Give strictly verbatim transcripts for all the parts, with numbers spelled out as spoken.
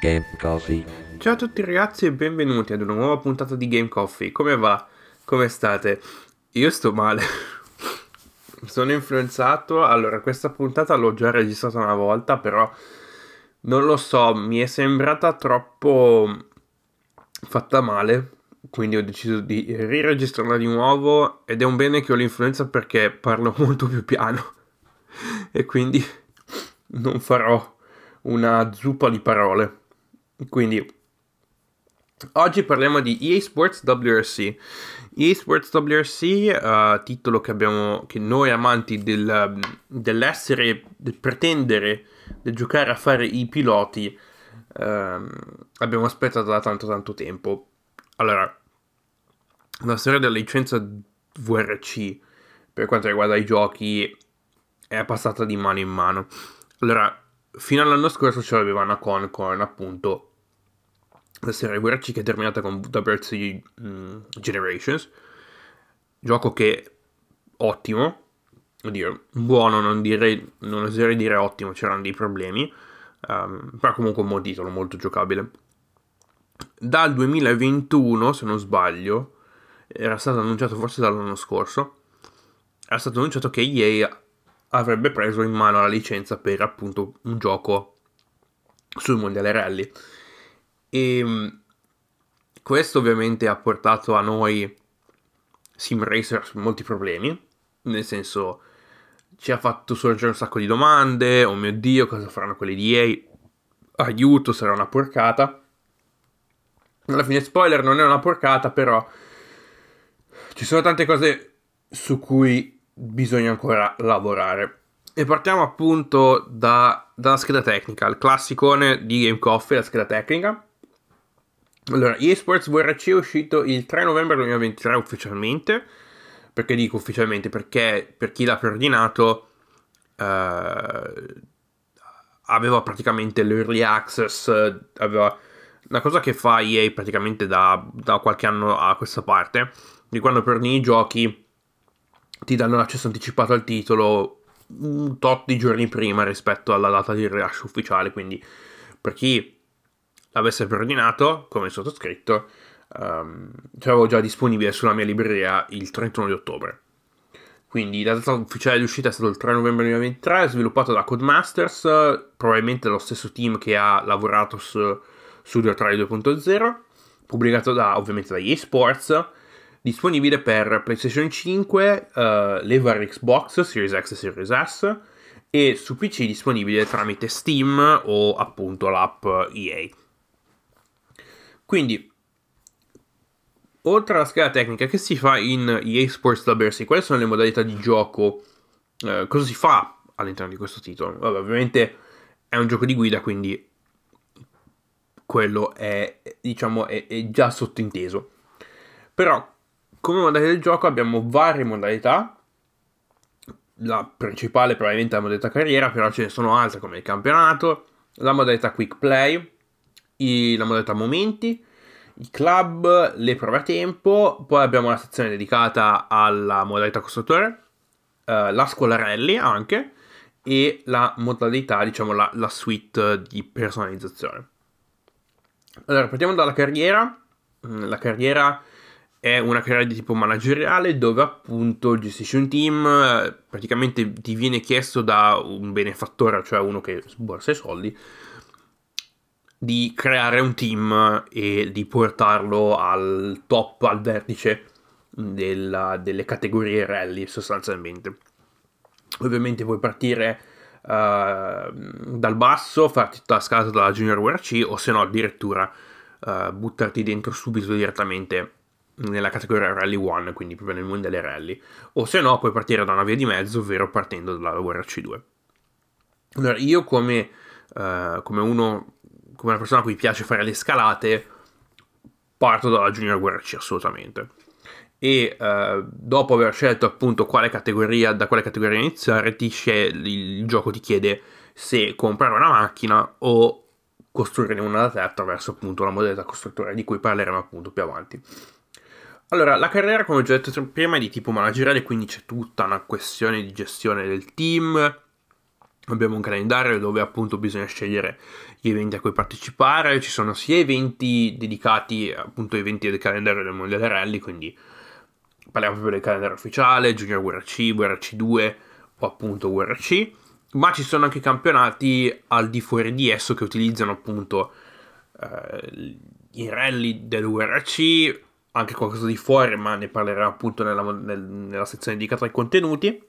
Game Coffee. Ciao a tutti ragazzi e benvenuti ad una nuova puntata di Game Coffee. Come va? Come state? Io sto male. Sono influenzato. Allora, questa puntata l'ho già registrata una volta, però non lo so, mi è sembrata troppo fatta male. Quindi ho deciso di riregistrarla di nuovo. Ed è un bene che ho l'influenza perché parlo molto più piano. E quindi non farò una zuppa di parole. Quindi oggi parliamo di E A Sports W R C. E A Sports W R C, uh, titolo che abbiamo, che noi amanti del, dell'essere, del pretendere, del giocare a fare i piloti, um, abbiamo aspettato da tanto tanto tempo. Allora, la storia della licenza V R C per quanto riguarda i giochi è passata di mano in mano. Allora, fino all'anno scorso ce l'avevano con, con appunto la serie V R C che è terminata con W R C um, Generations, gioco che ottimo, oddio, buono, non direi, non oserei dire ottimo, c'erano dei problemi, um, però comunque un buon titolo, molto giocabile. Dal duemilaventuno, se non sbaglio, era stato annunciato forse dall'anno scorso, era stato annunciato che E A avrebbe preso in mano la licenza per appunto un gioco sul mondiale rally. E questo ovviamente ha portato a noi Sim Racer molti problemi, nel senso ci ha fatto sorgere un sacco di domande, oh mio Dio, cosa faranno quelli di E A? Aiuto, sarà una porcata. Alla fine spoiler, non è una porcata, però ci sono tante cose su cui bisogna ancora lavorare. E partiamo appunto da, dalla scheda tecnica, il classicone di Game Coffee, la scheda tecnica. Allora, E A Sports V R C è uscito il tre novembre duemilaventitré ufficialmente. Perché dico ufficialmente? Perché per chi l'ha preordinato eh, aveva praticamente l'early access, aveva una cosa che fa E A praticamente da, da qualche anno a questa parte, di quando preordini i giochi ti danno l'accesso anticipato al titolo un tot di giorni prima rispetto alla data di rilascio ufficiale, quindi per chi l'avesse preordinato, come sottoscritto, um, ce l'avevo già disponibile sulla mia libreria il trentuno di ottobre. Quindi la data ufficiale di uscita è stato il tre novembre duemilaventitré, sviluppato da Codemasters, probabilmente lo stesso team che ha lavorato su Studio tre due punto zero, pubblicato da, ovviamente da E A Sports, disponibile per PlayStation cinque, uh, le varie Xbox, Series X e Series S, e su P C disponibile tramite Steam o appunto l'app E A. Quindi, oltre alla scheda tecnica, che si fa in E A Sports W R C? Quali sono le modalità di gioco? Eh, cosa si fa all'interno di questo titolo? Vabbè, ovviamente è un gioco di guida, quindi quello è, diciamo, è, è già sottinteso. Però, come modalità del gioco abbiamo varie modalità. La principale probabilmente è la modalità carriera, però ce ne sono altre come il campionato, la modalità quick play, i, la modalità momenti, i club, le prove a tempo, poi abbiamo la sezione dedicata alla modalità costruttore, eh, la scuola rally anche, e la modalità, diciamo, la, la suite di personalizzazione. Allora, partiamo dalla carriera. La carriera è una carriera di tipo manageriale dove appunto gestisci un team, praticamente ti viene chiesto da un benefattore, cioè uno che sborsa i soldi, di creare un team e di portarlo al top, al vertice della, delle categorie rally sostanzialmente. Ovviamente puoi partire uh, dal basso, farti tutta la scalata dalla Junior W R C o se no addirittura uh, buttarti dentro subito direttamente nella categoria Rally uno, quindi proprio nel mondo delle rally, o se no puoi partire da una via di mezzo, ovvero partendo dalla W R C due. Allora, io come, uh, come uno come una persona a cui piace fare le scalate, parto dalla Junior W R C assolutamente. E uh, dopo aver scelto appunto quale categoria, da quale categoria iniziare, ti scel- il gioco ti chiede se comprare una macchina o costruirne una da te attraverso appunto la modalità costruttore di cui parleremo appunto più avanti. Allora, la carriera, come ho già detto prima, è di tipo manageriale, quindi c'è tutta una questione di gestione del team, Abbiamo un calendario dove appunto bisogna scegliere gli eventi a cui partecipare. Ci sono sia eventi dedicati appunto ai eventi del calendario del Mondiale Rally, quindi parliamo proprio del calendario ufficiale, Junior W R C, W R C due o appunto W R C, ma ci sono anche campionati al di fuori di esso che utilizzano appunto eh, i rally del W R C, anche qualcosa di fuori, ma ne parleremo appunto nella, nel- nella sezione dedicata ai contenuti.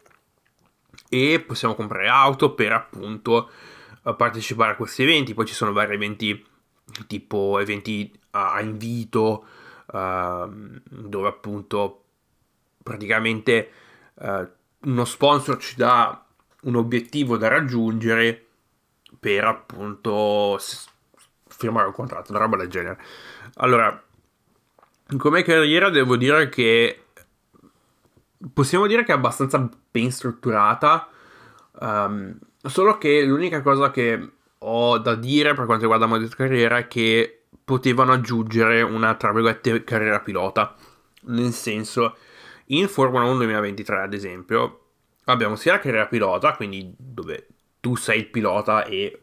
E possiamo comprare auto per appunto eh, partecipare a questi eventi. Poi ci sono vari eventi tipo eventi a, a invito, ehm, dove appunto praticamente eh, uno sponsor ci dà un obiettivo da raggiungere per appunto s- firmare un contratto, una roba del genere. Allora, come carriera devo dire che possiamo dire che è abbastanza ben strutturata, ehm, solo che l'unica cosa che ho da dire per quanto riguarda la modalità carriera è che potevano aggiungere una, tra virgolette, carriera pilota. Nel senso, in Formula uno duemilaventitré, ad esempio, abbiamo sia la carriera pilota, quindi dove tu sei il pilota e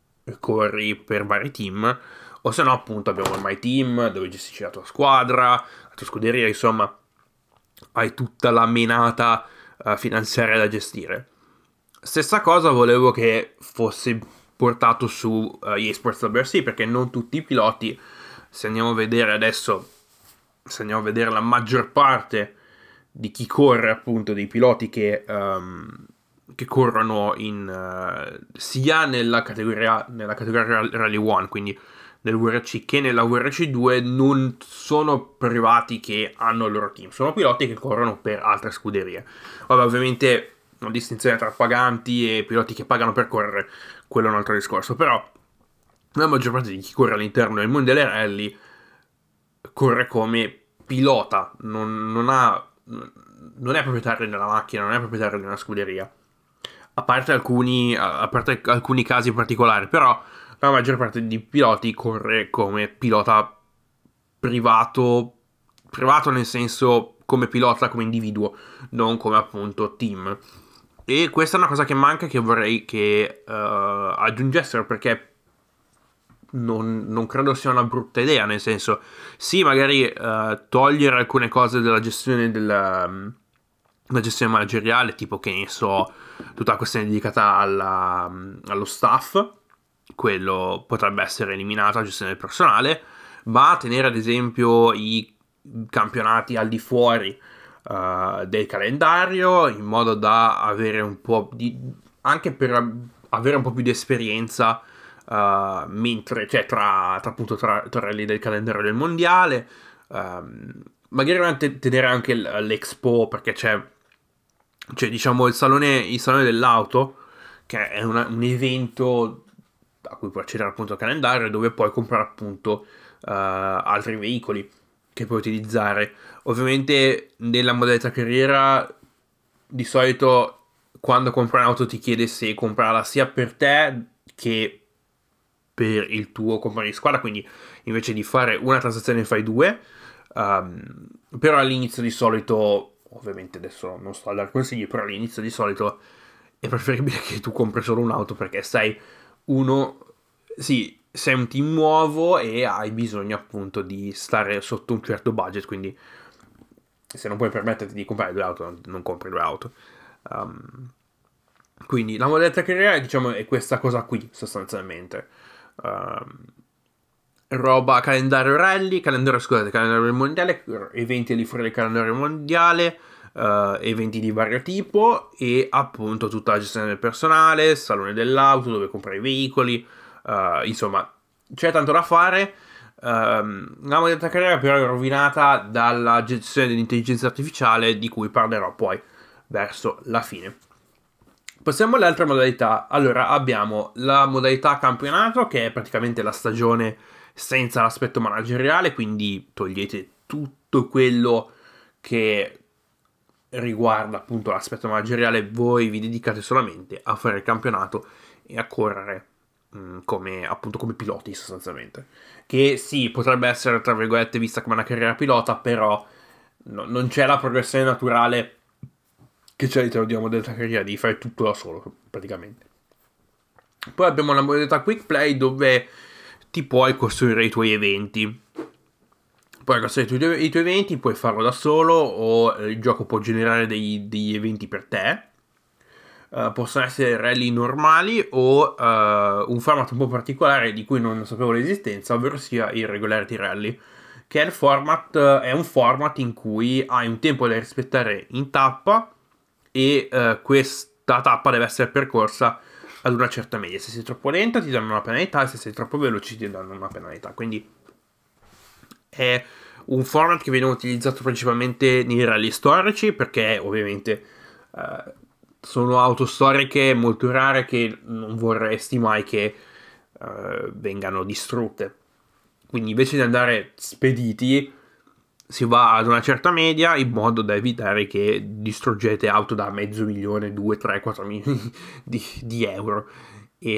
corri per vari team, o se no, appunto, abbiamo il My Team, dove gestisci la tua squadra, la tua scuderia, insomma, hai tutta la menata eh, finanziaria da gestire. Stessa cosa volevo che fosse portato su uh, E A Sports W R C, perché non tutti i piloti, se andiamo a vedere adesso, se andiamo a vedere la maggior parte di chi corre, appunto, dei piloti che, um, che corrono in, uh, sia nella categoria, nella categoria Rally uno, quindi nel W R C, che nella W R C due, non sono privati che hanno il loro team, sono piloti che corrono per altre scuderie. Vabbè, ovviamente una distinzione tra paganti e piloti che pagano per correre, quello è un altro discorso, però la maggior parte di chi corre all'interno del mondiale rally corre come pilota, non, non ha non è proprietario della macchina, non è proprietario di una scuderia, a parte alcuni, a parte alcuni casi particolari, però la maggior parte dei piloti corre come pilota privato, privato nel senso come pilota, come individuo, non come appunto team. E questa è una cosa che manca, che vorrei che uh, aggiungessero, perché non, non credo sia una brutta idea, nel senso, sì, magari uh, togliere alcune cose della gestione della, um, la gestione manageriale, tipo che ne so, tutta la questione dedicata alla, um, allo staff, quello potrebbe essere eliminato, la gestione del personale, ma tenere ad esempio i campionati al di fuori uh, del calendario, in modo da avere un po' di, anche per avere un po' più di esperienza, uh, mentre, cioè tra, tra appunto tra, tra le del calendario del mondiale, um, magari tenere anche l'Expo, perché c'è, c'è diciamo il salone, il salone dell'auto, che è una, un evento a cui puoi accedere appunto al calendario, dove puoi comprare appunto uh, altri veicoli che puoi utilizzare. Ovviamente nella modalità carriera di solito quando compri un'auto ti chiede se comprarla sia per te che per il tuo compagno di squadra, quindi invece di fare una transazione ne fai due. Um, però all'inizio di solito, ovviamente adesso non sto a dare consigli, però all'inizio di solito è preferibile che tu compri solo un'auto, perché sei uno, sì, sei un team nuovo e hai bisogno appunto di stare sotto un certo budget, quindi se non puoi permetterti di comprare due auto, non, non compri due auto. Um, quindi la modalità carriera, diciamo, è questa cosa qui sostanzialmente. Um, roba calendario rally, calendario, scusate, calendario mondiale, eventi di fuori del calendario mondiale, uh, eventi di vario tipo e appunto tutta la gestione del personale, salone dell'auto dove comprare i veicoli, uh, insomma c'è tanto da fare. Um, la modalità carriera però è rovinata dalla gestione dell'intelligenza artificiale, di cui parlerò poi verso la fine. Passiamo alle altre modalità. Allora, abbiamo la modalità campionato, che è praticamente la stagione senza l'aspetto manageriale, quindi togliete tutto quello che riguarda appunto l'aspetto manageriale, voi vi dedicate solamente a fare il campionato e a correre mh, come appunto come piloti sostanzialmente. Che sì, potrebbe essere tra virgolette vista come una carriera pilota, però no, non c'è la progressione naturale che c'è all'interno di una modalità carriera, di fare tutto da solo praticamente. Poi abbiamo la modalità Quick Play dove ti puoi costruire i tuoi eventi. Puoi costruire i tuoi, i tuoi eventi, puoi farlo da solo o il gioco può generare dei, degli eventi per te. Uh, possono essere rally normali o uh, un format un po' particolare di cui non sapevo l'esistenza, ovvero sia il Regularity Rally, che è il format, è un format in cui hai un tempo da rispettare in tappa e uh, questa tappa deve essere percorsa ad una certa media. Se sei troppo lenta ti danno una penalità e se sei troppo veloce ti danno una penalità. Quindi è un format che viene utilizzato principalmente nei rally storici perché ovviamente uh, sono auto storiche molto rare che non vorresti mai che uh, vengano distrutte. Quindi invece di andare spediti si va ad una certa media in modo da evitare che distruggete auto da mezzo milione, due, tre, quattro milioni di, di euro. E,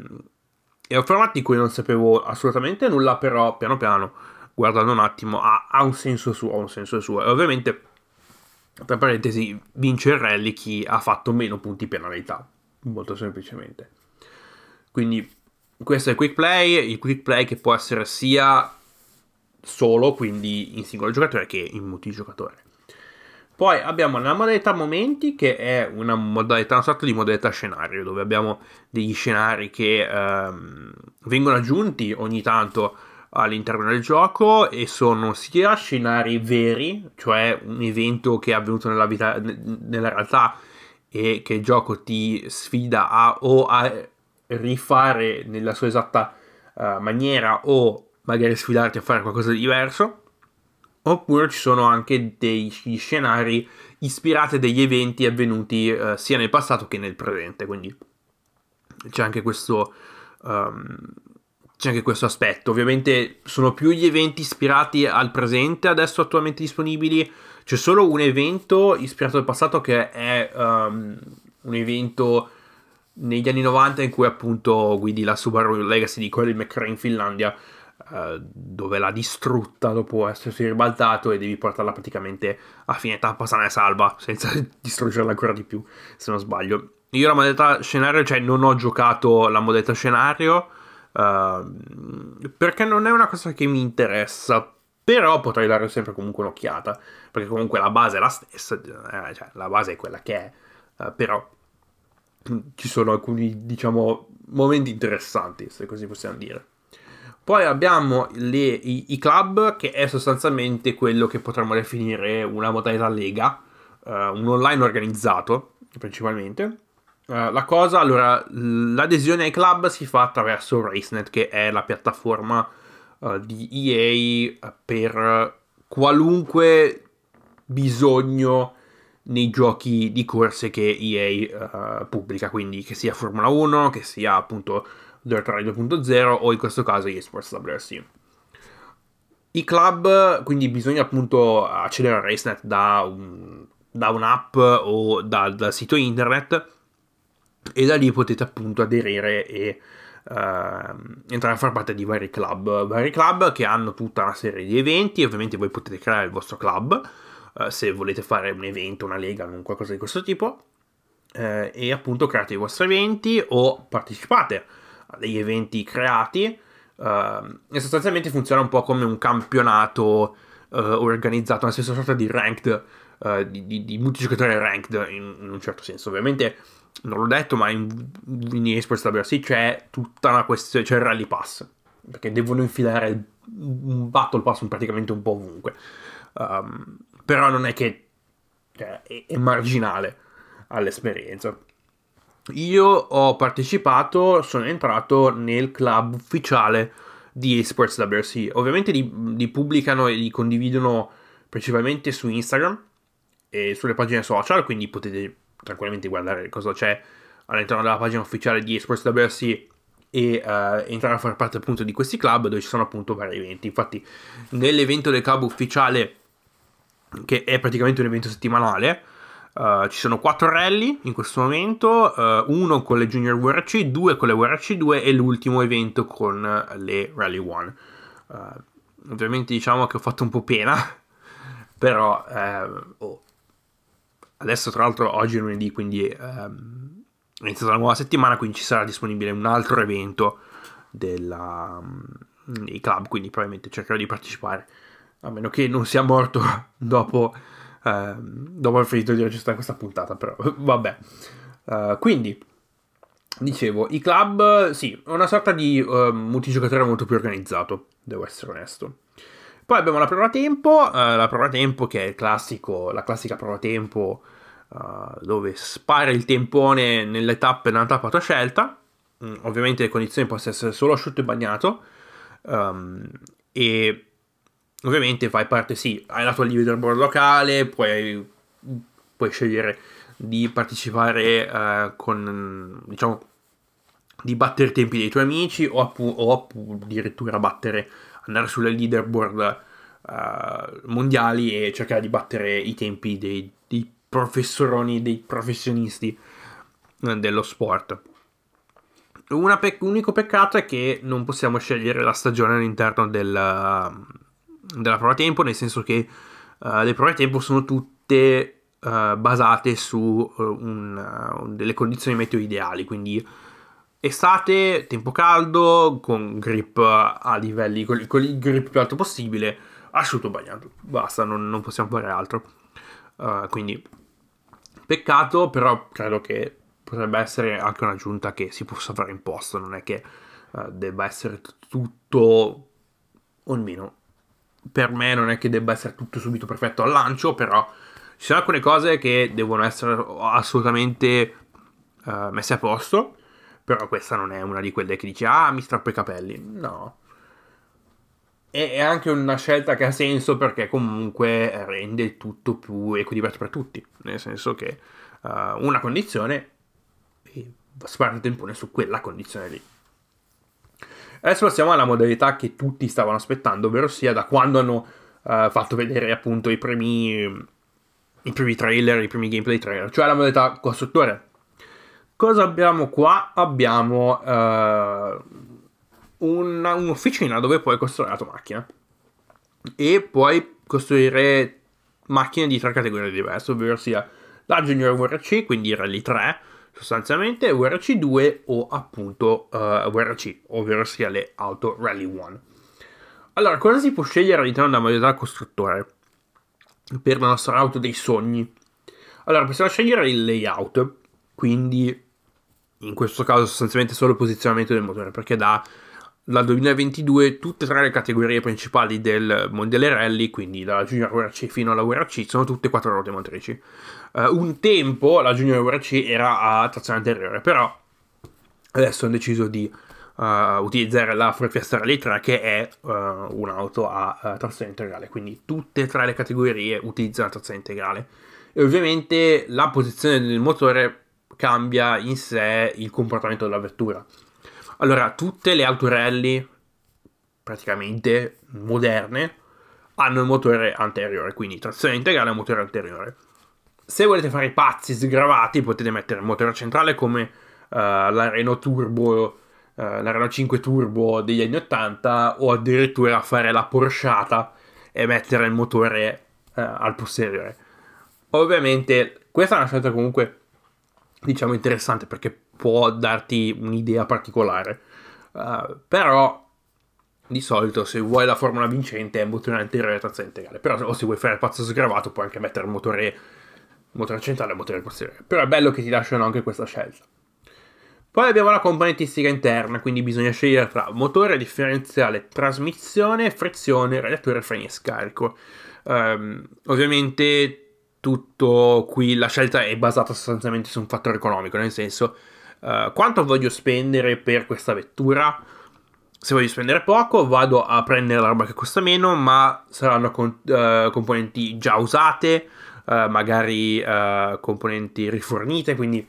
è un format di cui non sapevo assolutamente nulla, però piano piano, guardando un attimo, ha, ha un senso suo, ha un senso suo. E ovviamente, tra parentesi, vince il rally chi ha fatto meno punti penalità, molto semplicemente. Quindi questo è il quick play, il quick play che può essere sia solo, quindi in singolo giocatore, che in multigiocatore. Poi abbiamo la modalità momenti, che è una modalità, una sorta di modalità scenario, dove abbiamo degli scenari che ehm, vengono aggiunti ogni tanto all'interno del gioco e sono sia scenari veri, cioè un evento che è avvenuto nella vita, nella realtà e che il gioco ti sfida a o a rifare nella sua esatta uh, maniera o magari sfidarti a fare qualcosa di diverso. Oppure ci sono anche degli scenari ispirati a degli eventi avvenuti uh, sia nel passato che nel presente, quindi c'è anche questo um, c'è anche questo aspetto. Ovviamente sono più gli eventi ispirati al presente adesso attualmente disponibili. C'è solo un evento ispirato al passato che è um, un evento negli anni novanta in cui appunto guidi la Subaru Legacy di Colin McRae in Finlandia, uh, dove l'ha distrutta dopo essersi ribaltato e devi portarla praticamente a fine tappa sana e salva senza distruggerla ancora di più, se non sbaglio. Io la modalità scenario, cioè non ho giocato la modalità scenario uh, perché non è una cosa che mi interessa, però potrei dare sempre comunque un'occhiata, perché comunque la base è la stessa, eh, cioè la base è quella che è, uh, però ci sono alcuni, diciamo, momenti interessanti, se così possiamo dire. Poi abbiamo le, i, i club, che è sostanzialmente quello che potremmo definire una modalità lega, uh, un online organizzato, principalmente. Uh, la cosa, allora, l'adesione ai club si fa attraverso RaceNet, che è la piattaforma uh, di E A per qualunque bisogno nei giochi di corse che E A uh, pubblica, quindi che sia Formula uno, che sia appunto Dirt Rally due punto zero o in questo caso eSports W R C. I club, quindi bisogna appunto accedere a RaceNet da, un, da un'app o da, dal sito internet e da lì potete appunto aderire e uh, entrare a far parte di vari club, vari club che hanno tutta una serie di eventi. Ovviamente voi potete creare il vostro club uh, se volete fare un evento, una lega, un qualcosa di questo tipo, uh, e appunto create i vostri eventi o partecipate a degli eventi creati. Uh, e sostanzialmente funziona un po' come un campionato uh, organizzato, una stessa sorta di ranked, uh, di, di, di multigiocatore ranked in, in un certo senso. Ovviamente non l'ho detto, ma in, in eSports W R C c'è tutta una questione, c'è il rally pass, perché devono infilare un battle pass praticamente un po' ovunque. Um, però non è che cioè, è, è marginale all'esperienza. Io ho partecipato, sono entrato nel club ufficiale di eSports W R C. Ovviamente li, li pubblicano e li condividono principalmente su Instagram e sulle pagine social, quindi potete tranquillamente guardare cosa c'è all'interno della pagina ufficiale di eSports W R C e uh, entrare a far parte appunto di questi club dove ci sono appunto vari eventi. Infatti nell'evento del club ufficiale, che è praticamente un evento settimanale, Uh, ci sono quattro rally in questo momento, uh, uno con le Junior W R C, due con le W R C due e l'ultimo evento con le Rally One. Uh, ovviamente diciamo che ho fatto un po' pena, però eh, oh. Adesso tra l'altro oggi è lunedì, quindi ehm, iniziata la nuova settimana, quindi ci sarà disponibile un altro evento della, dei club, quindi probabilmente cercherò di partecipare, a meno che non sia morto dopo, eh, dopo aver finito di registrare questa puntata, però vabbè. Uh, quindi dicevo, i club, sì, è una sorta di uh, multigiocatore molto più organizzato, devo essere onesto. Poi abbiamo la prova tempo, uh, la prova tempo che è il classico, la classica prova tempo uh, dove spara il tempone nelle tappe, nella tappa a tua scelta. Mm, ovviamente le condizioni possono essere solo asciutto e bagnato, um, e ovviamente fai parte, sì, hai la tua leaderboard locale, puoi, puoi scegliere di partecipare uh, con, diciamo, di battere i tempi dei tuoi amici o, appu- o appu- addirittura battere, andare sulle leaderboard uh, mondiali e cercare di battere i tempi dei, dei professoroni, dei professionisti uh, dello sport. Una pe- l'unico peccato è che non possiamo scegliere la stagione all'interno del, della prova tempo, nel senso che uh, le prove tempo sono tutte uh, basate su uh, un, uh, delle condizioni meteo ideali, quindi estate, tempo caldo, con grip a livelli, con, con il grip più alto possibile, asciutto bagnato, basta, non, non possiamo fare altro. Uh, quindi peccato, però credo che potrebbe essere anche un'aggiunta che si possa fare in posto, non è che uh, debba essere t- tutto, o almeno per me non è che debba essere tutto subito perfetto al lancio, però ci sono alcune cose che devono essere assolutamente uh, messe a posto, però questa non è una di quelle che dice ah mi strappo i capelli, no. È anche una scelta che ha senso perché comunque rende il tutto più equilibrato per tutti, nel senso che uh, una condizione e spara il tempone su quella condizione lì. Adesso passiamo alla modalità che tutti stavano aspettando, ovvero sia da quando hanno uh, fatto vedere appunto i primi, i primi trailer, i primi gameplay trailer, cioè la modalità costruttore. Cosa abbiamo qua? Abbiamo uh, una, un'officina dove puoi costruire la tua macchina e puoi costruire macchine di tre categorie diverse, ovvero sia la Junior V R C, quindi Rally tre sostanzialmente, V R C due o appunto uh, V R C, ovvero sia le auto Rally uno. Allora, cosa si può scegliere all'interno della modalità costruttore per la nostra auto dei sogni? Allora, possiamo scegliere il layout, quindi in questo caso sostanzialmente solo il posizionamento del motore, perché da dal duemilaventidue tutte e tre le categorie principali del mondiale rally, quindi dalla Junior V R C fino alla V R C, sono tutte quattro ruote motrici. Uh, un tempo la Junior V R C era a trazione anteriore, però adesso hanno deciso di uh, utilizzare la Ford Fiesta Rally tre, che è uh, un'auto a uh, trazione integrale, quindi tutte e tre le categorie utilizzano la trazione integrale. E ovviamente la posizione del motore cambia in sé il comportamento della vettura. Allora, tutte le auto rally praticamente moderne hanno il motore anteriore, quindi trazione integrale e motore anteriore. Se volete fare i pazzi sgravati, potete mettere il motore centrale come uh, la Renault Turbo, uh, la Renault cinque Turbo degli anni ottanta, o addirittura fare la porschata e mettere il motore uh, al posteriore. Ovviamente questa è una scelta comunque, diciamo, interessante perché può darti un'idea particolare, uh, però di solito se vuoi la formula vincente è motore anteriore e trazione integrale, però o se vuoi fare il pazzo sgravato puoi anche mettere il motore, motore centrale e motore posteriore, però è bello che ti lasciano anche questa scelta. Poi abbiamo la componentistica interna, quindi bisogna scegliere tra motore, differenziale, trasmissione, frizione, radiatore, freni e scarico. Um, ovviamente tutto qui, la scelta è basata sostanzialmente su un fattore economico, nel senso uh, quanto voglio spendere per questa vettura. Se voglio spendere poco vado a prendere la roba che costa meno, ma saranno con, uh, componenti già usate, uh, magari uh, componenti rifornite, quindi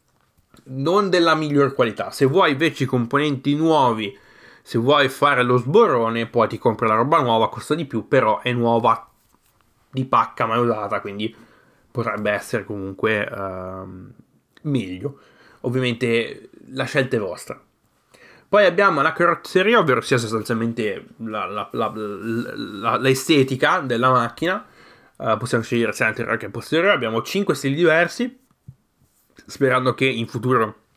non della miglior qualità. Se vuoi invece i componenti nuovi, se vuoi fare lo sborrone, poi ti compri la roba nuova, costa di più, però è nuova di pacca mai usata, quindi potrebbe essere comunque uh, meglio. Ovviamente la scelta è vostra. Poi abbiamo la carrozzeria, ovvero sia sostanzialmente la, la, la, la, l'estetica della macchina. Uh, possiamo scegliere sia anteriore che posteriore. Abbiamo cinque stili diversi, sperando che in futuro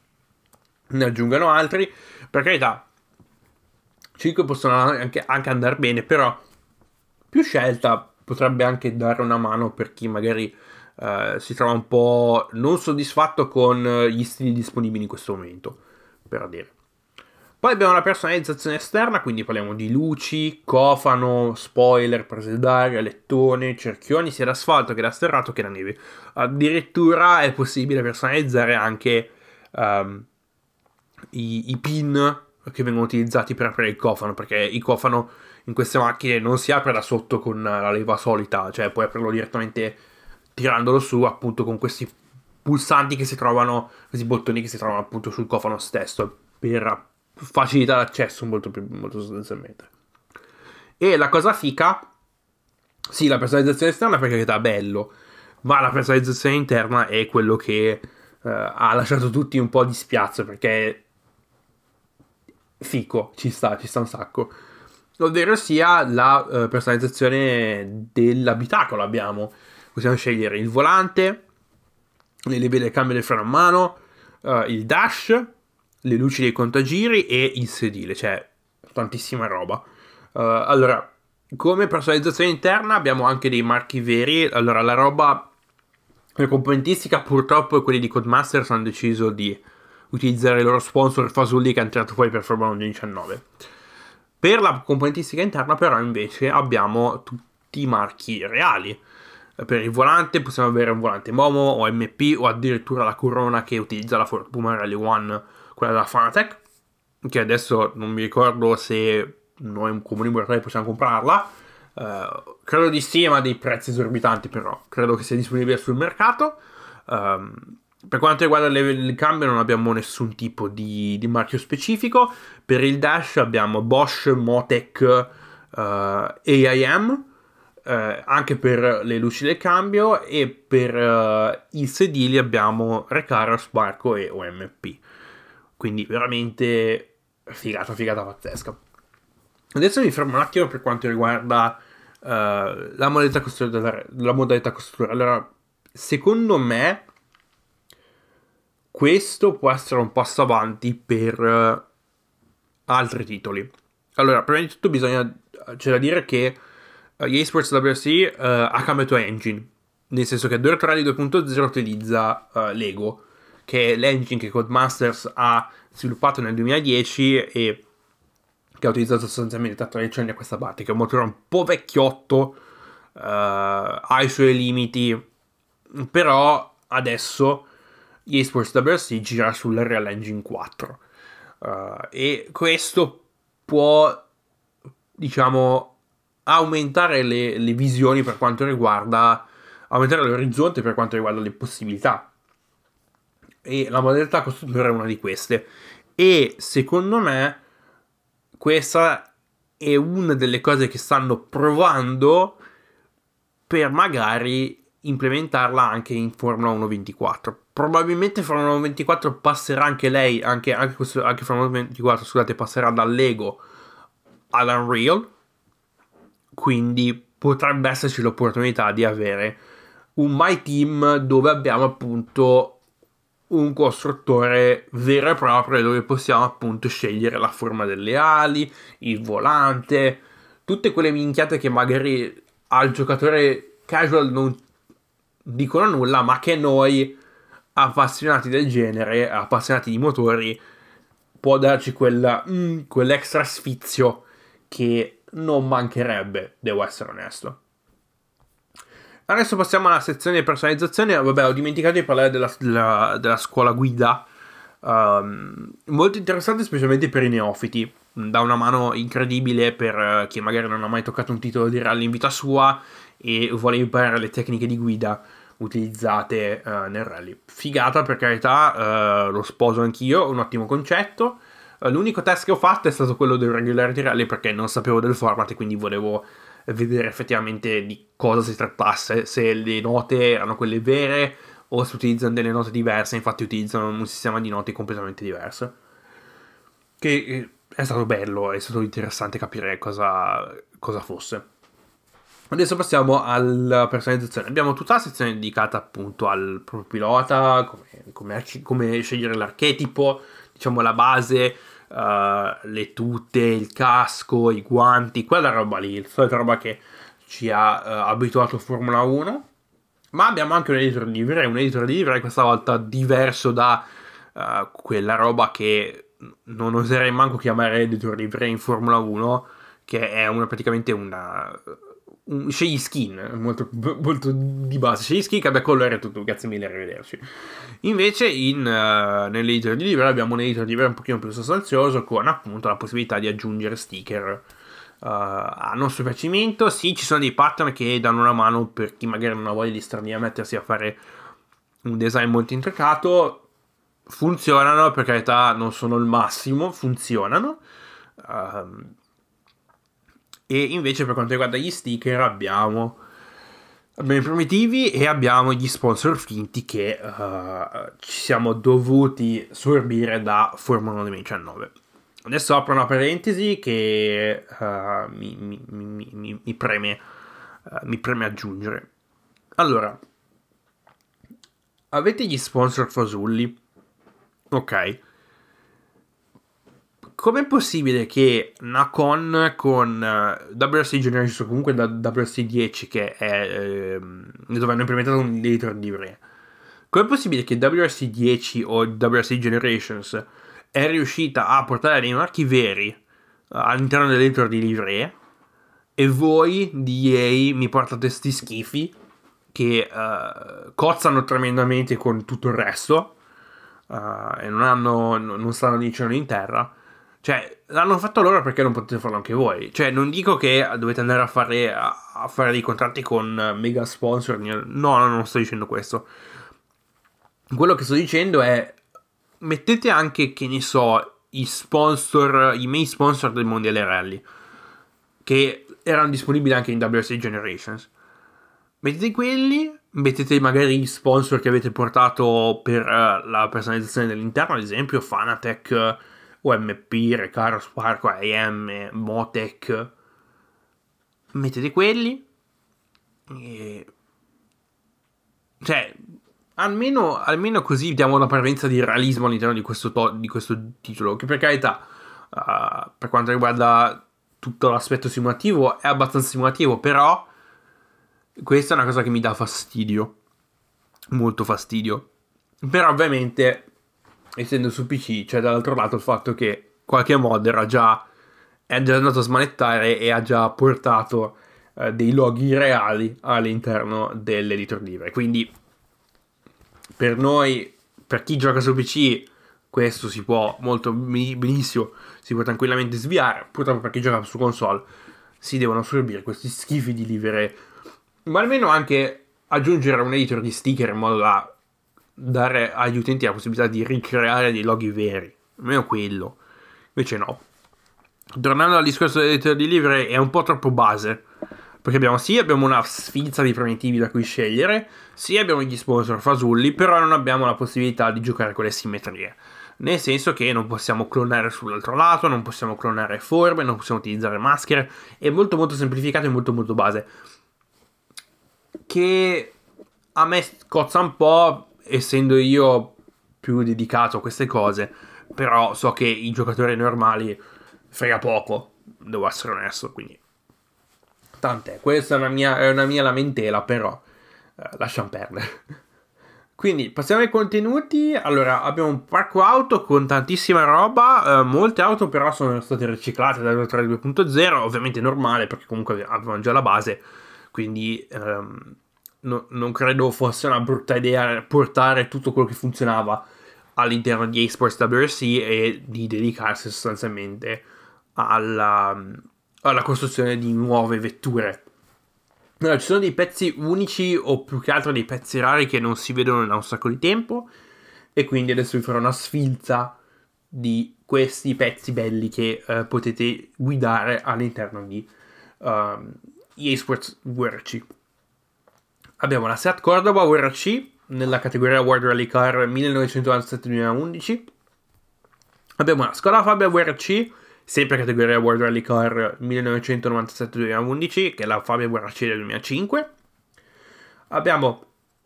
ne aggiungano altri. Per carità, cinque possono anche, anche andare bene, però più scelta potrebbe anche dare una mano per chi magari eh, si trova un po' non soddisfatto con gli stili disponibili in questo momento, per dire. Poi abbiamo la personalizzazione esterna, quindi parliamo di luci, cofano, spoiler, prese d'aria, lettone, cerchioni sia da asfalto che da sterrato che da neve. Addirittura è possibile personalizzare anche um, i, i pin che vengono utilizzati per aprire il cofano, perché il cofano in queste macchine non si apre da sotto con la leva solita, cioè puoi aprirlo direttamente tirandolo su, appunto con questi pulsanti che si trovano, questi bottoni che si trovano appunto sul cofano stesso, per facilitare l'accesso molto più molto sostanzialmente. E la cosa fica, sì, la personalizzazione esterna perché è bello, ma la personalizzazione interna è quello che uh, ha lasciato tutti un po' di spiazzo, perché fico, ci sta, ci sta un sacco. Ovvero sia la uh, personalizzazione dell'abitacolo. Abbiamo, possiamo scegliere il volante, le leve del cambio del freno a mano, uh, il dash, le luci dei contagiri e il sedile, cioè tantissima roba. Uh, allora, come personalizzazione interna abbiamo anche dei marchi veri. Allora, la roba, la componentistica, purtroppo quelli di Codemasters hanno deciso di utilizzare i loro sponsor fasulli che hanno tirato fuori per Formula duemiladiciannove. Per la componentistica interna però invece abbiamo tutti i marchi reali. Per il volante possiamo avere un volante Momo o M P o addirittura la corona che utilizza la Ford Puma Rally One, quella della Fanatec, che adesso non mi ricordo se noi comuni mortali possiamo comprarla. Uh, credo di sì, ma dei prezzi esorbitanti, però credo che sia disponibile sul mercato. Um, per quanto riguarda le, il cambio non abbiamo nessun tipo di, di marchio specifico. Per il dash abbiamo Bosch, Motec, uh, A I M, uh, anche per le luci del cambio, e per uh, i sedili abbiamo Recaro, Sparco e O M P. Quindi veramente figata, figata pazzesca. Adesso mi fermo un attimo per quanto riguarda uh, la modalità costruttiva. La modalità costruttiva. Allora, secondo me questo può essere un passo avanti per uh, altri titoli. Allora, prima di tutto bisogna, c'è da dire che uh, E A Sports W R C uh, ha cambiato engine, nel senso che Dirt Rally due punto zero utilizza uh, Lego, che è l'engine che Codemasters ha sviluppato nel duemiladieci e che ha utilizzato sostanzialmente da tredici anni a questa parte, che è un motore un po' vecchiotto, uh, ha i suoi limiti, però adesso E A Sports W R C gira sull'Unreal Engine quattro, uh, e questo può, diciamo, aumentare le, le visioni per quanto riguarda, aumentare l'orizzonte per quanto riguarda le possibilità, e la modalità costruttiva è una di queste. E secondo me questa è una delle cose che stanno provando per magari implementarla anche in Formula uno ventiquattro. Probabilmente Formula uno ventiquattro passerà anche lei, anche, anche, questo, anche Formula uno ventiquattro, scusate, passerà dal Lego all'Unreal, quindi potrebbe esserci l'opportunità di avere un My Team dove abbiamo appunto un costruttore vero e proprio, dove possiamo appunto scegliere la forma delle ali, il volante, tutte quelle minchiate che magari al giocatore casual non dicono nulla, ma che noi appassionati del genere, appassionati di motori, può darci quella, mm, quell'extra sfizio che non mancherebbe, devo essere onesto. Adesso passiamo alla sezione di personalizzazione. Vabbè, ho dimenticato di parlare della, della, della scuola guida. Um, molto interessante, specialmente per i neofiti. Dà una mano incredibile per chi magari non ha mai toccato un titolo di rally in vita sua e vuole imparare le tecniche di guida utilizzate uh, nel rally. Figata, per carità, uh, lo sposo anch'io, un ottimo concetto. Uh, l'unico test che ho fatto è stato quello del Regularity Rally, perché non sapevo del format e quindi volevo vedere effettivamente di cosa si trattasse, se le note erano quelle vere o se utilizzano delle note diverse. Infatti utilizzano un sistema di note completamente diverso, che è stato bello, è stato interessante capire cosa, cosa fosse. Adesso passiamo alla personalizzazione. Abbiamo tutta la sezione dedicata appunto al proprio pilota, come, come, come scegliere l'archetipo diciamo la base, uh, le tute, il casco, i guanti, quella roba lì, la solita roba che ci ha uh, abituato a Formula uno. Ma abbiamo anche un editor di livree, un editor di livree questa volta diverso da uh, quella roba che non oserei manco chiamare editor di livree in Formula uno, che è una, praticamente una... un scegli skin molto, molto di base, scegli skin, cambia colore e tutto, grazie mille, arrivederci. Invece in, uh, nell'editor di livree abbiamo un editor di livree un pochino più sostanzioso, con appunto la possibilità di aggiungere sticker Uh, a nostro piacimento. Sì, ci sono dei pattern che danno una mano per chi magari non ha voglia di stare lì a mettersi a fare un design molto intricato. Funzionano, per carità, non sono il massimo, funzionano. Uh, e invece per quanto riguarda gli sticker abbiamo, abbiamo i primitivi e abbiamo gli sponsor finti che uh, ci siamo dovuti sorbire da Formula uno duemiladiciannove. Adesso apro una parentesi che uh, mi, mi, mi, mi, mi, preme, uh, mi preme aggiungere. Allora, avete gli sponsor fasulli? Ok. Com'è possibile che Nacon con uh, W R C Generations o comunque da W R C dieci, che è eh, dove hanno implementato un editor di livree, com'è possibile che W R C dieci o W R C Generations è riuscita a portare dei marchi veri uh, all'interno dell'editor di livree e voi di E A mi portate sti schifi che uh, cozzano tremendamente con tutto il resto uh, e non hanno non stanno di cielo in terra? Cioè, l'hanno fatto loro, perché non potete farlo anche voi? Cioè, non dico che dovete andare a fare, a fare dei contratti con mega sponsor, no, no, non sto dicendo questo. Quello che sto dicendo è: mettete anche, che ne so, i sponsor, i main sponsor del mondiale rally, che erano disponibili anche in W R C Generations. Mettete quelli, mettete magari gli sponsor che avete portato per uh, la personalizzazione dell'interno, ad esempio Fanatec, O M P, Recaro, Sparco, A M, Motec. Mettete quelli e... cioè, almeno, almeno così diamo una prevalenza di realismo all'interno di questo, to- di questo titolo, che per carità, uh, per quanto riguarda tutto l'aspetto simulativo, è abbastanza simulativo, però questa è una cosa che mi dà fastidio, molto fastidio. Però ovviamente, essendo su P C, c'è dall'altro lato il fatto che qualche modder ha già, è già andato a smanettare e ha già portato eh, dei loghi reali all'interno dell'editor libre. Quindi per noi, per chi gioca su P C, questo si può molto benissimo, si può tranquillamente sviare. Purtroppo per chi gioca su console si devono assorbire questi schifi di livree, ma almeno anche aggiungere un editor di sticker in modo da dare agli utenti la possibilità di ricreare dei loghi veri, almeno quello. Invece no. Tornando al discorso dell'editor di livree, è un po' troppo base, perché abbiamo sì abbiamo una sfilza di primitivi da cui scegliere, sì abbiamo gli sponsor fasulli, però non abbiamo la possibilità di giocare con le simmetrie, nel senso che non possiamo clonare sull'altro lato, non possiamo clonare forme, non possiamo utilizzare maschere. È molto molto semplificato e molto molto base, che a me scozza un po', essendo io più dedicato a queste cose. Però so che i giocatori normali frega poco, devo essere onesto, quindi tant'è. Questa è una mia, è una mia lamentela, però eh, lasciamo perdere. Quindi passiamo ai contenuti. Allora, abbiamo un parco auto con tantissima roba, eh, molte auto però sono state riciclate da Euro tre due punto zero, ovviamente normale, perché comunque avevano già la base, quindi ehm, no, non credo fosse una brutta idea portare tutto quello che funzionava all'interno di eSports W R C e di dedicarsi sostanzialmente alla, alla costruzione di nuove vetture. Allora, ci sono dei pezzi unici, o più che altro dei pezzi rari che non si vedono da un sacco di tempo, e quindi adesso vi farò una sfilza di questi pezzi belli che uh, potete guidare all'interno di uh, eSports W R C. Abbiamo la Seat Cordoba W R C nella categoria World Rally Car millenovecentonovantasette duemilaundici. Abbiamo la Skoda Fabia W R C, sempre categoria World Rally Car millenovecentonovantasette duemilaundici, che è la Fabia W R C del duemilacinque. Abbiamo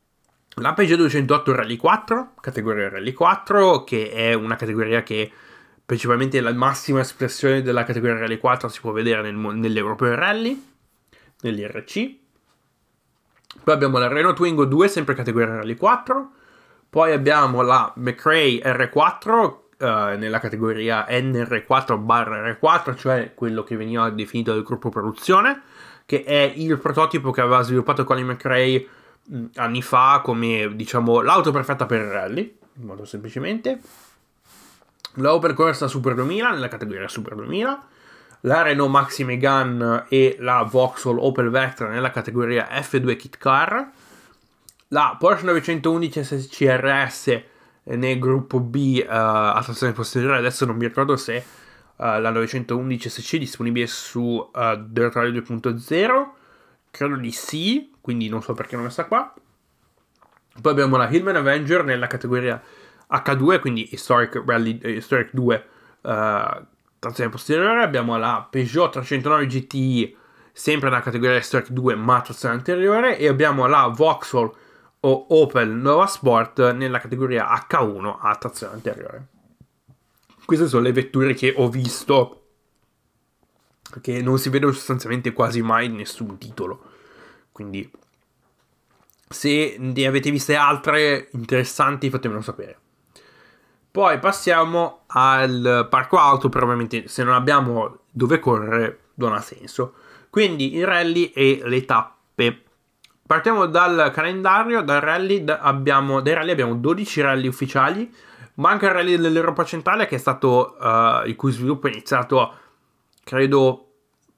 La Peugeot duecentotto Rally quattro, categoria Rally quattro, che è una categoria che principalmente la massima espressione della categoria Rally quattro si può vedere nel, nell'Europeo Rally, nell'I R C. Poi abbiamo la Renault Twingo due, sempre categoria Rally quattro. Poi abbiamo la McRae R quattro, eh, nella categoria N R quattro barra R quattro, cioè quello che veniva definito del gruppo produzione, che è il prototipo che aveva sviluppato Colin McRae mh, anni fa come, diciamo, l'auto perfetta per il rally, in modo semplicemente. La Opel Corsa Super duemila nella categoria Super duemila, la Renault Maxi Megane e la Vauxhall Opel Vectra nella categoria F due Kit Car, la Porsche novecentoundici S C R S nel gruppo B uh, a trazione posteriore. Adesso non mi ricordo se uh, la novecentoundici S C è disponibile su uh, Dirt Rally due punto zero, credo di sì, quindi non so perché non è messa qua. Poi abbiamo la Hillman Avenger nella categoria H due, quindi Historic Rally eh, Historic due uh, trazione posteriore. Abbiamo la Peugeot trecentonove G T I sempre nella categoria Historic due ma trazione anteriore, e abbiamo la Vauxhall o Opel Nova Sport nella categoria H uno a trazione anteriore. Queste sono le vetture che ho visto, che non si vedono sostanzialmente quasi mai in nessun titolo, quindi se ne avete viste altre interessanti fatemelo sapere. Poi passiamo al parco auto, però ovviamente se non abbiamo dove correre non ha senso. Quindi i rally e le tappe. Partiamo dal calendario. Dal rally abbiamo, dai rally abbiamo dodici rally ufficiali. Manca il rally dell'Europa centrale, che è stato uh, il cui sviluppo è iniziato credo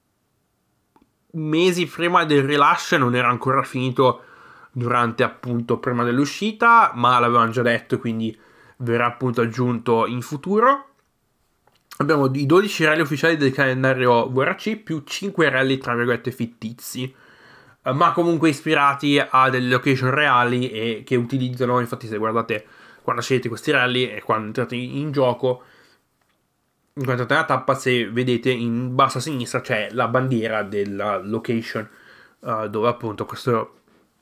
mesi prima del rilascio, non era ancora finito durante appunto prima dell'uscita, ma l'avevano già detto, quindi verrà appunto aggiunto in futuro. Abbiamo i dodici rally ufficiali del calendario V R C più cinque rally tra virgolette fittizi, eh, ma comunque ispirati a delle location reali e che utilizzano, infatti se guardate quando scegliete questi rally e quando entrate in gioco, in quanto entrate nella tappa, se vedete in basso a sinistra c'è la bandiera della location uh, dove appunto questo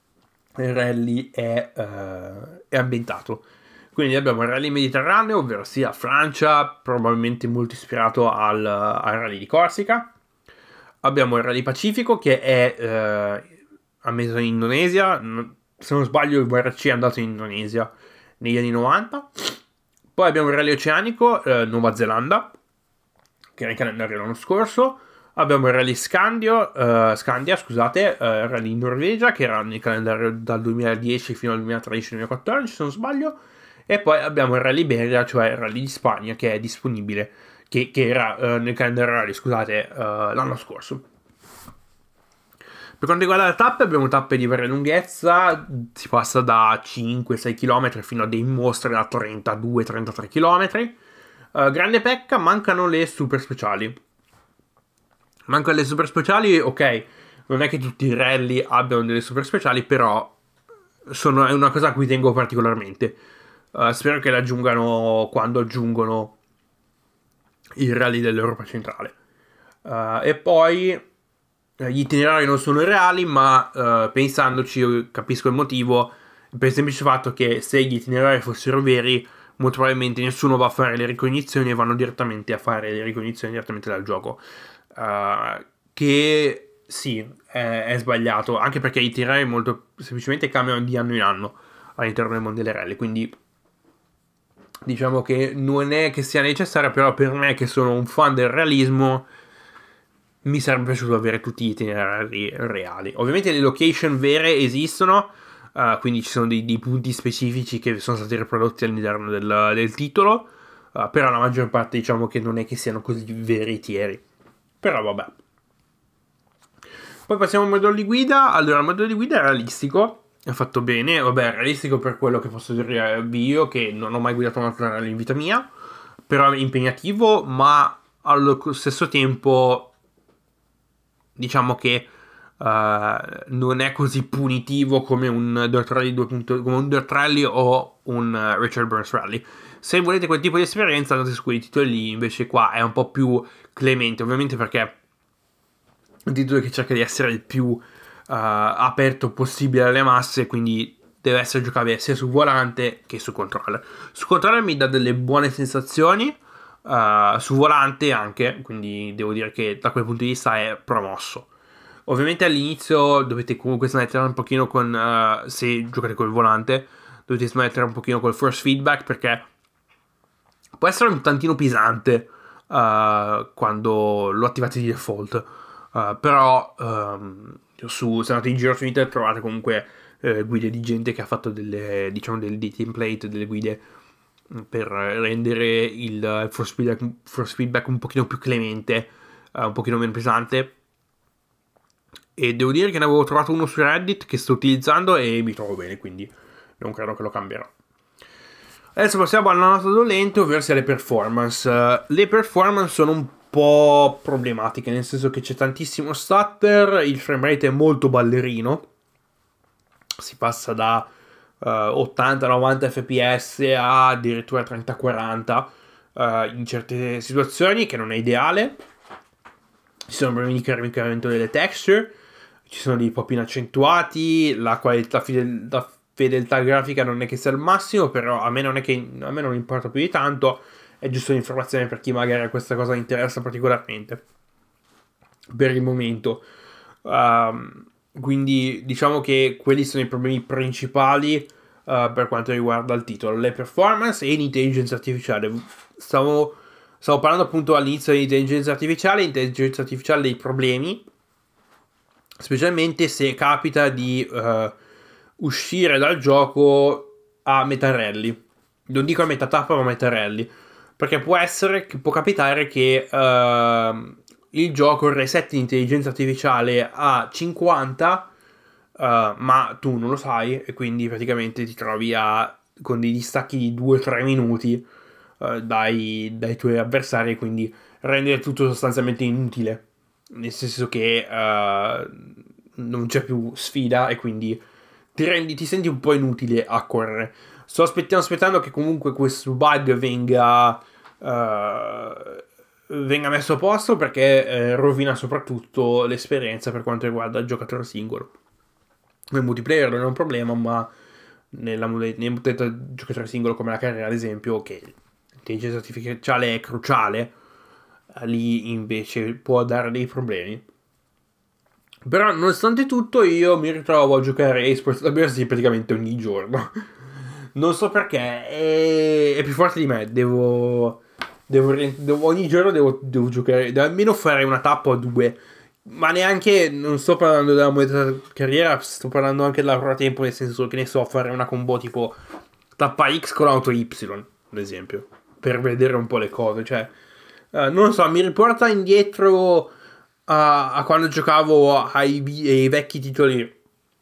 rally è, uh, è ambientato. Quindi abbiamo il rally mediterraneo, ovvero sia Francia, probabilmente molto ispirato al, al rally di Corsica. Abbiamo il rally Pacifico, che è eh, ammesso in Indonesia. Se non sbaglio il V R C è andato in Indonesia negli anni novanta. Poi abbiamo il rally oceanico, eh, Nuova Zelanda, che era in calendario l'anno scorso. Abbiamo il rally Scandio, eh, Scandia, scusate, eh, il rally in Norvegia, che era nel calendario dal duemiladieci fino al duemilatredici duemilaquattordici, se non sbaglio. E poi abbiamo il Rally Iberia, cioè il Rally di Spagna, che è disponibile, che, che era uh, nel calendario rally, scusate, uh, l'anno scorso. Per quanto riguarda le tappe, abbiamo tappe di varia lunghezza, si passa da cinque sei chilometri fino a dei mostri da trentadue trentatré chilometri. Uh, grande pecca, mancano le super speciali. Mancano le super speciali, ok, non è che tutti i rally abbiano delle super speciali, però sono, è una cosa a cui tengo particolarmente. Uh, spero che le aggiungano quando aggiungono il rally dell'Europa centrale. Uh, e poi uh, gli itinerari non sono reali, ma uh, pensandoci capisco il motivo, per il semplice fatto che se gli itinerari fossero veri, molto probabilmente nessuno va a fare le ricognizioni e vanno direttamente a fare le ricognizioni direttamente dal gioco. Uh, che sì, è, è sbagliato, anche perché gli itinerari molto semplicemente cambiano di anno in anno all'interno del mondo delle rally, quindi diciamo che non è che sia necessario, però per me che sono un fan del realismo mi sarebbe piaciuto avere tutti gli itinerari reali. Ovviamente le location vere esistono, uh, quindi ci sono dei, dei punti specifici che sono stati riprodotti all'interno del, del titolo, uh, però la maggior parte diciamo che non è che siano così veritieri, però vabbè. Poi passiamo al modello di guida. Allora, il modello di guida è realistico, è fatto bene, vabbè, realistico per quello che posso dire io, che non ho mai guidato una rally in vita mia, però è impegnativo, ma allo stesso tempo diciamo che uh, non è così punitivo come un Dirt Rally due. Come un Dirt Rally o un uh, Richard Burns Rally. Se volete quel tipo di esperienza andate su quei titoli lì, invece qua è un po' più clemente, ovviamente perché è un titolo che cerca di essere il più Uh, aperto possibile alle masse, quindi deve essere giocabile sia su volante che su controller. Su controller mi dà delle buone sensazioni, uh, su volante anche, quindi devo dire che da quel punto di vista è promosso. Ovviamente all'inizio dovete comunque smettere un pochino con, uh, se giocate col volante, dovete smettere un pochino col force feedback, perché può essere un tantino pesante uh, quando lo attivate di default. Uh, però um, su, se andate in giro su internet trovate comunque eh, guide di gente che ha fatto delle, diciamo, dei, dei template, delle guide per rendere il force feedback, force feedback un pochino più clemente, uh, un pochino meno pesante. E devo dire che ne avevo trovato uno su Reddit che sto utilizzando e mi trovo bene, quindi non credo che lo cambierò. Adesso passiamo alla nota dolente, ovvero sia le performance. Uh, le performance sono un po' problematiche, nel senso che c'è tantissimo stutter, il frame rate è molto ballerino, si passa da uh, ottanta novanta fps a addirittura trenta quaranta uh, in certe situazioni, che non è ideale. Ci sono problemi di caricamento delle texture, ci sono dei pop inaccentuati, la qualità, fidel- la fedeltà grafica non è che sia al massimo, però a me non è che a me non importa più di tanto, è giusto un'informazione per chi magari a questa cosa interessa particolarmente per il momento. Um, quindi diciamo che quelli sono i problemi principali uh, per quanto riguarda il titolo, le performance e l'intelligenza artificiale. Stavo, stavo parlando appunto all'inizio dell'intelligenza artificiale, l'intelligenza artificiale dei problemi, specialmente se capita di uh, uscire dal gioco a metà rally. Non dico a metà tappa, ma a metà rally. Perché può essere, che può capitare che uh, il gioco resetti l'intelligenza artificiale a cinquanta, uh, ma tu non lo sai, e quindi praticamente ti trovi a, con dei distacchi di due tre minuti uh, dai, dai tuoi avversari, quindi rende tutto sostanzialmente inutile. Nel senso che uh, non c'è più sfida e quindi ti, rendi, ti senti un po' inutile a correre. Sto aspettando, aspettando che comunque questo bug venga, uh, venga messo a posto, perché eh, rovina soprattutto l'esperienza per quanto riguarda il giocatore singolo. Nel multiplayer non è un problema, ma nella, nel modalità giocatore singolo come la carriera, ad esempio, che l'intelligenza artificiale è cruciale, lì invece può dare dei problemi. Però nonostante tutto io mi ritrovo a giocare eSports W R C praticamente ogni giorno. Non so perché, è, è più forte di me. Devo, devo, devo ogni giorno devo, devo giocare, devo almeno fare una tappa o due. Ma neanche, non sto parlando della modalità carriera, sto parlando anche della prova tempo, nel senso che ne so, fare una combo tipo tappa X con auto Y, ad esempio, per vedere un po' le cose. Cioè, uh, non lo so, mi riporta indietro a, a quando giocavo ai, ai vecchi titoli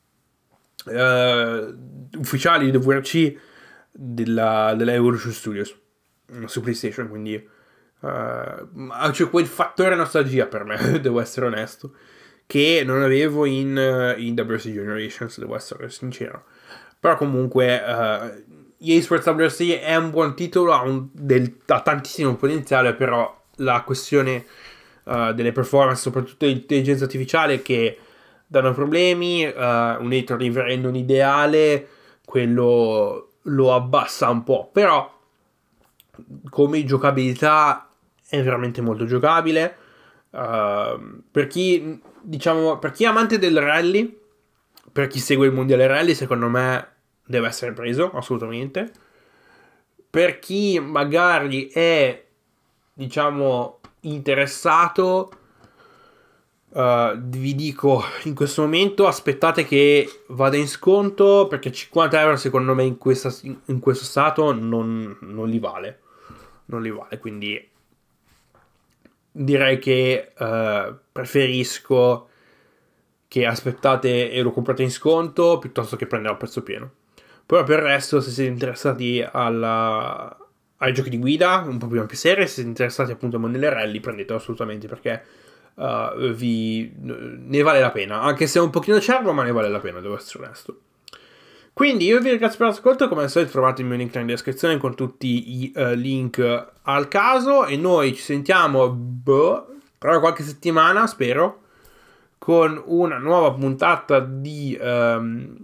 Uh, ufficiali di W R C della, della Evolution Studios su PlayStation, quindi uh, c'è quel fattore nostalgia per me, devo essere onesto, che non avevo in, uh, in W R C Generations, devo essere sincero. Però comunque uh, E A Sports W R C è un buon titolo, ha, un, del, ha tantissimo potenziale, però la questione uh, delle performance, soprattutto dell'intelligenza artificiale, che danno problemi, uh, un editor livery non ideale, quello lo abbassa un po', però come giocabilità è veramente molto giocabile. Uh, per chi, diciamo, per chi è amante del rally, per chi segue il mondiale rally, secondo me deve essere preso assolutamente. Per chi magari è, diciamo, interessato, Uh, vi dico in questo momento aspettate che vada in sconto, perché cinquanta euro secondo me in, questa, in questo stato non, non li vale non li vale, quindi direi che uh, preferisco che aspettate e lo comprate in sconto piuttosto che prendere a prezzo pieno. Però per il resto, se siete interessati alla, ai giochi di guida un po' più ampie serie, se siete interessati appunto a mondiale rally, prendetelo assolutamente, perché Uh, vi, ne vale la pena, anche se è un pochino acerbo, ma ne vale la pena, devo essere onesto. Quindi io vi ringrazio per l'ascolto, come al solito trovate il mio link nella descrizione con tutti i uh, link al caso, e noi ci sentiamo boh, tra qualche settimana, spero, con una nuova puntata di um,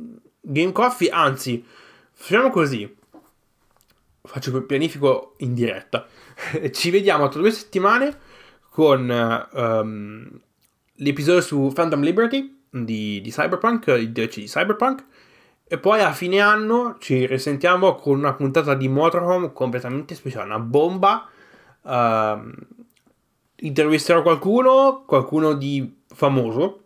Game Coffee, anzi, facciamo così. Faccio quel pianifico in diretta. Ci vediamo tra due settimane con um, l'episodio su Phantom Liberty di, di Cyberpunk, il D L C di Cyberpunk. E poi a fine anno ci risentiamo con una puntata di Motorhome completamente speciale, una bomba. Uh, intervisterò qualcuno, qualcuno di famoso.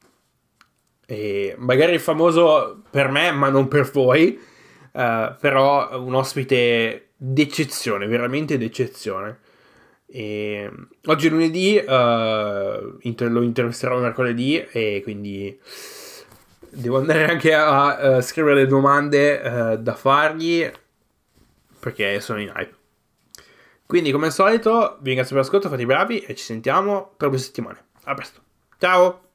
E magari famoso per me, ma non per voi. Uh, però un ospite d'eccezione, veramente d'eccezione. E oggi è lunedì, uh, inter- lo intervisterò mercoledì e quindi devo andare anche a uh, scrivere le domande uh, da fargli perché sono in hype. Quindi come al solito vi ringrazio per l'ascolto, fate i bravi e ci sentiamo tra due settimane. A presto, ciao!